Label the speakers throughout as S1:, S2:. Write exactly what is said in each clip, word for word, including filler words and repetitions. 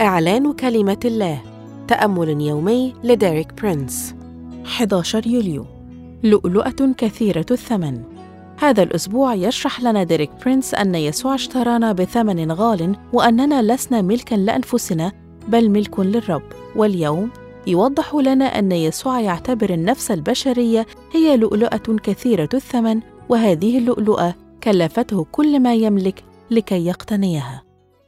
S1: إعلان كلمة الله. تأمل يومي لديريك برينس.
S2: أحد عشر يوليو. لؤلؤة كثيرة الثمن. هذا الأسبوع يشرح لنا ديريك برينس أن يسوع اشترانا بثمن غال وأننا لسنا ملكاً لأنفسنا بل ملك للرب. واليوم يوضح لنا أن يسوع يعتبر النفس البشرية هي لؤلؤة كثيرة الثمن، وهذه اللؤلؤة كلفته كل ما يملك لكي يقتنيها.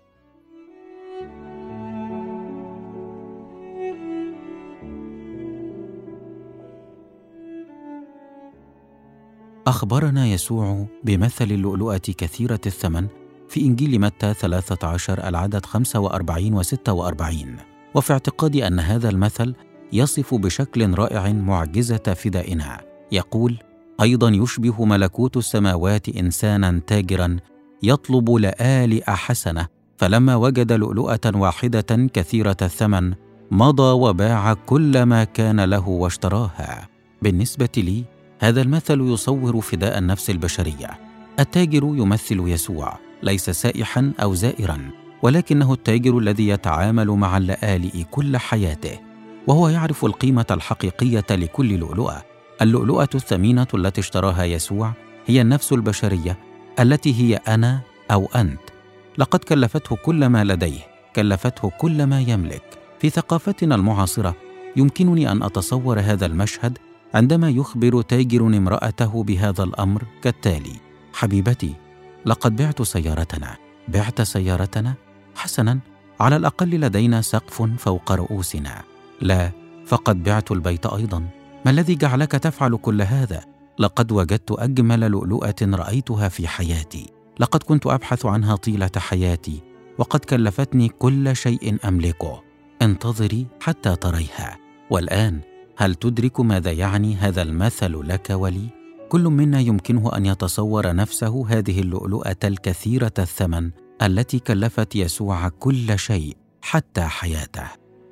S3: أخبرنا يسوع بمثل اللؤلؤة كثيرة الثمن في إنجيل متى ثلاثة عشر العدد خمسة وأربعين وستة وأربعين، وفي اعتقادي أن هذا المثل يصف بشكل رائع معجزة فدائنا. يقول: أيضا يشبه ملكوت السماوات إنسانا تاجرا يطلب لآلئ حسنة، فلما وجد لؤلؤة واحدة كثيرة الثمن مضى وباع كل ما كان له واشتراها. بالنسبة لي هذا المثل يصور فداء النفس البشرية. التاجر يمثل يسوع، ليس سائحا أو زائرا، ولكنه التاجر الذي يتعامل مع اللآلئ كل حياته، وهو يعرف القيمة الحقيقية لكل لؤلؤة. اللؤلؤة الثمينة التي اشتراها يسوع هي النفس البشرية التي هي أنا أو أنت. لقد كلفته كل ما لديه، كلفته كل ما يملك. في ثقافتنا المعاصرة يمكنني أن أتصور هذا المشهد عندما يخبر تاجر امرأته بهذا الأمر كالتالي: حبيبتي، لقد بعت سيارتنا. بعت سيارتنا؟ حسناً، على الأقل لدينا سقف فوق رؤوسنا. لا، فقد بعت البيت أيضاً. ما الذي جعلك تفعل كل هذا؟ لقد وجدت أجمل لؤلؤة رأيتها في حياتي. لقد كنت أبحث عنها طيلة حياتي، وقد كلفتني كل شيء أملكه. انتظري حتى تريها. والآن هل تدرك ماذا يعني هذا المثل لك ولي؟ كل منا يمكنه أن يتصور نفسه هذه اللؤلؤة الكثيرة الثمن التي كلفت يسوع كل شيء حتى حياته.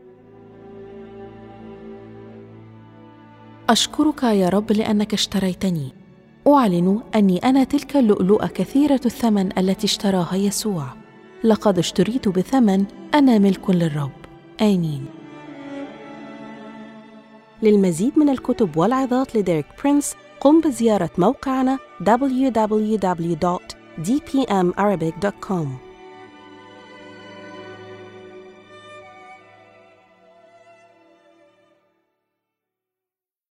S2: أشكرك يا رب لأنك اشتريتني. أعلن أني أنا تلك اللؤلؤة كثيرة الثمن التي اشتراها يسوع. لقد اشتريت بثمن، أنا ملك للرب. آمين.
S1: للمزيد من الكتب والعظات لديريك برينس قم بزيارة موقعنا دبليو دبليو دبليو دوت دي بي إم أرابيك دوت كوم.